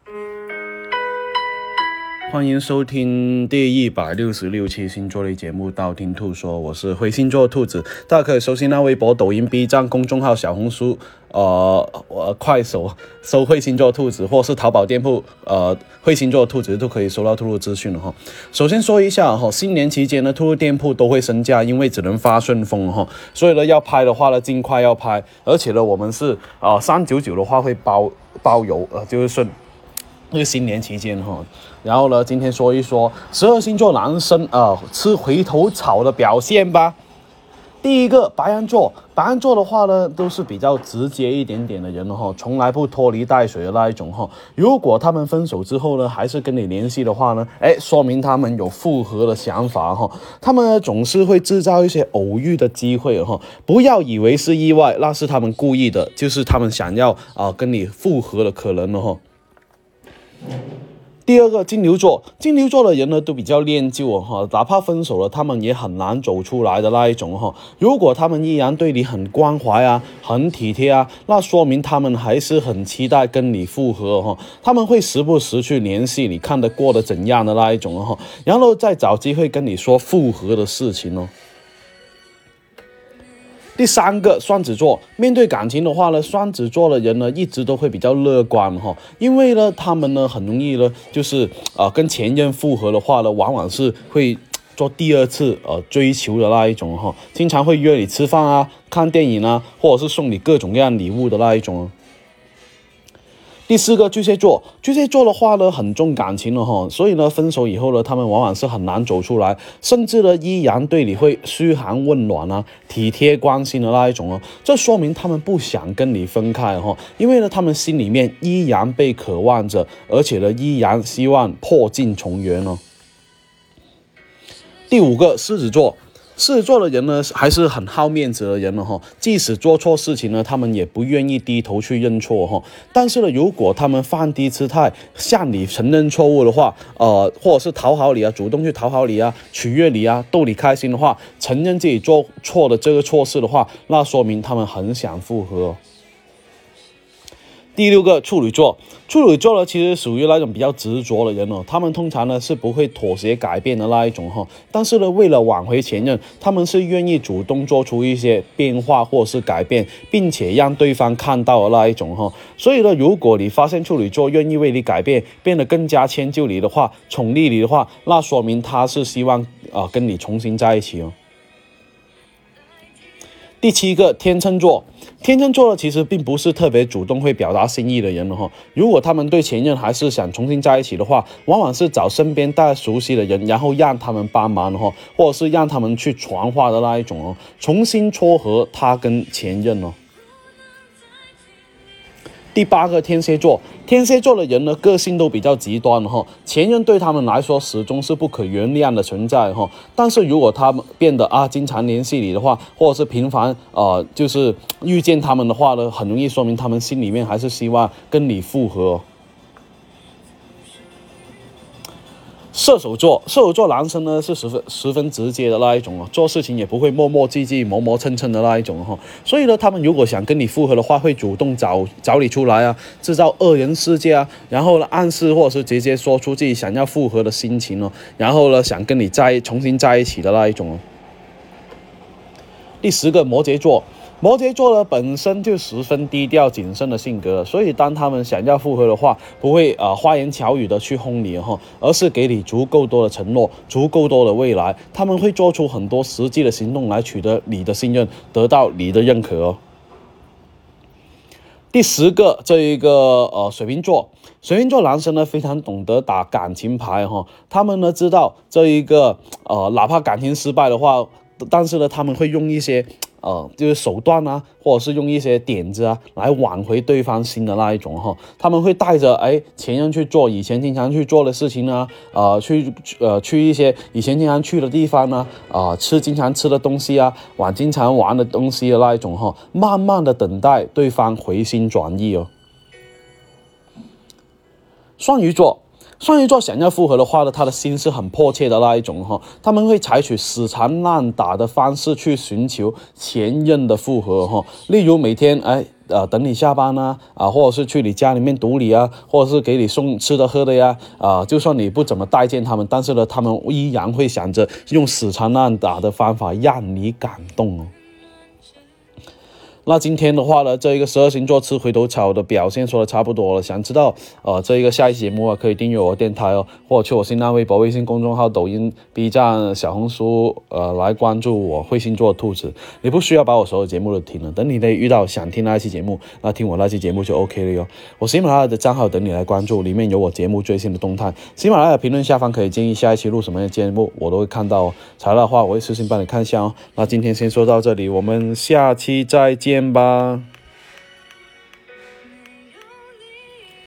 欢迎收听第166期星座类节目《道听途说》，我是灰星座兔子。大家可以搜新浪微博、抖音、B 站、公众号、小红书、快手搜灰星座兔子，或是淘宝店铺灰星座兔子都可以收到兔兔资讯了哈。首先说一下哈，新年期间呢，兔兔店铺都会升价，因为只能发顺丰哈，所以呢要拍的话呢，尽快要拍，而且呢我们是399的话会包邮，就是顺。这个新年期间哈，然后呢，今天说一说12星座男生吃回头草的表现吧。第一个白羊座，白羊座的话呢，都是比较直接一点点的人哈，从来不拖泥带水的那一种哈。如果他们分手之后呢，还是跟你联系的话呢，说明他们有复合的想法哈。他们呢总是会制造一些偶遇的机会哈，不要以为是意外，那是他们故意的，就是他们想要跟你复合的可能了哈。第二个金牛座，金牛座的人呢都比较恋旧哈，哪怕分手了，他们也很难走出来的那一种哈。如果他们依然对你很关怀啊，很体贴啊，那说明他们还是很期待跟你复合哈。他们会时不时去联系你，看得过得怎样的那一种哈，然后再找机会跟你说复合的事情哦。第三个双子座，面对感情的话呢，双子座的人呢一直都会比较乐观哈，因为呢他们呢很容易呢就是跟前任复合的话呢，往往是会做第二次追求的那一种哈，经常会约你吃饭啊、看电影啊，或者是送你各种各样礼物的那一种。第四个巨蟹座，巨蟹座的话呢很重感情了哈，所以呢分手以后呢，他们往往是很难走出来，甚至呢依然对你会嘘寒问暖啊、体贴关心的那一种哦，这说明他们不想跟你分开哈，因为呢他们心里面依然被渴望着，而且呢依然希望破镜重圆哦。第五个狮子座。狮子座的人呢，还是很好面子的人了哈。即使做错事情呢，他们也不愿意低头去认错哈。但是呢，如果他们放低姿态向你承认错误的话，或者是讨好你啊，主动去讨好你啊，取悦你啊，逗你开心的话，承认自己做错的这个错事的话，那说明他们很想复合。第六个处女座，处女座呢其实属于那种比较执着的人哦，他们通常呢是不会妥协改变的那一种哈，但是呢为了挽回前任，他们是愿意主动做出一些变化或者是改变，并且让对方看到的那一种哈。所以呢，如果你发现处女座愿意为你改变，变得更加迁就你的话，宠溺你的话，那说明他是希望跟你重新在一起哦。第七个天秤座，天秤座呢其实并不是特别主动会表达心意的人哈。如果他们对前任还是想重新在一起的话，往往是找身边大家熟悉的人，然后让他们帮忙哈，或者是让他们去传话的那一种哦，重新撮合他跟前任哦。第八个天蝎座，天蝎座的人呢，个性都比较极端哈，前任对他们来说始终是不可原谅的存在哈。但是如果他们变得经常联系你的话，或者是频繁就是遇见他们的话呢，很容易说明他们心里面还是希望跟你复合。射手座男生呢是十分直接的那一种哦，做事情也不会磨磨唧唧、磨磨蹭蹭的那一种哈。所以呢，他们如果想跟你复合的话，会主动找你出来啊，制造二人世界啊，然后呢暗示或者是直接说出自己想要复合的心情哦，然后呢想跟你重新在一起的那一种哦。第10个摩羯座。摩羯座呢本身就十分低调谨慎的性格，所以当他们想要复合的话，不会花言巧语的去轰你哈，而是给你足够多的承诺，足够多的未来，他们会做出很多实际的行动来取得你的信任，得到你的认可哦。第10个这一个水瓶座男生呢非常懂得打感情牌哈，他们呢知道这一个哪怕感情失败的话，但是呢他们会用一些就是手段啊，或者是用一些点子啊来挽回对方心的那一种哈。他们会带着前任去做以前经常去做的事情啊，去一些以前经常去的地方啊，吃经常吃的东西啊，玩经常玩的东西的那一种哈，慢慢的等待对方回心转意哦。双鱼座想要复合的话呢，他的心是很迫切的那一种哈，他们会采取死缠烂打的方式去寻求前任的复合哈，例如每天等你下班啊，或者是去你家里面堵你啊，或者是给你送吃的喝的呀，就算你不怎么待见他们，但是呢，他们依然会想着用死缠烂打的方法让你感动哦。那今天的话呢，这一个12星座吃回头草的表现说的差不多了。想知道这一个下一期节目可以订阅我的电台哦，或者去我新浪微博、微信公众号、抖音、B 站、小红书来关注我会星座的兔子。你不需要把我所有节目都听了，等你遇到想听那一期节目，那听我那期节目就 OK 了哟。我喜马拉雅的账号等你来关注，里面有我节目最新的动态。喜马拉雅评论下方可以建议下一期录什么样的节目，我都会看到哦。材料的话，我会私信帮你看一下哦。那今天先说到这里，我们下期再见吧。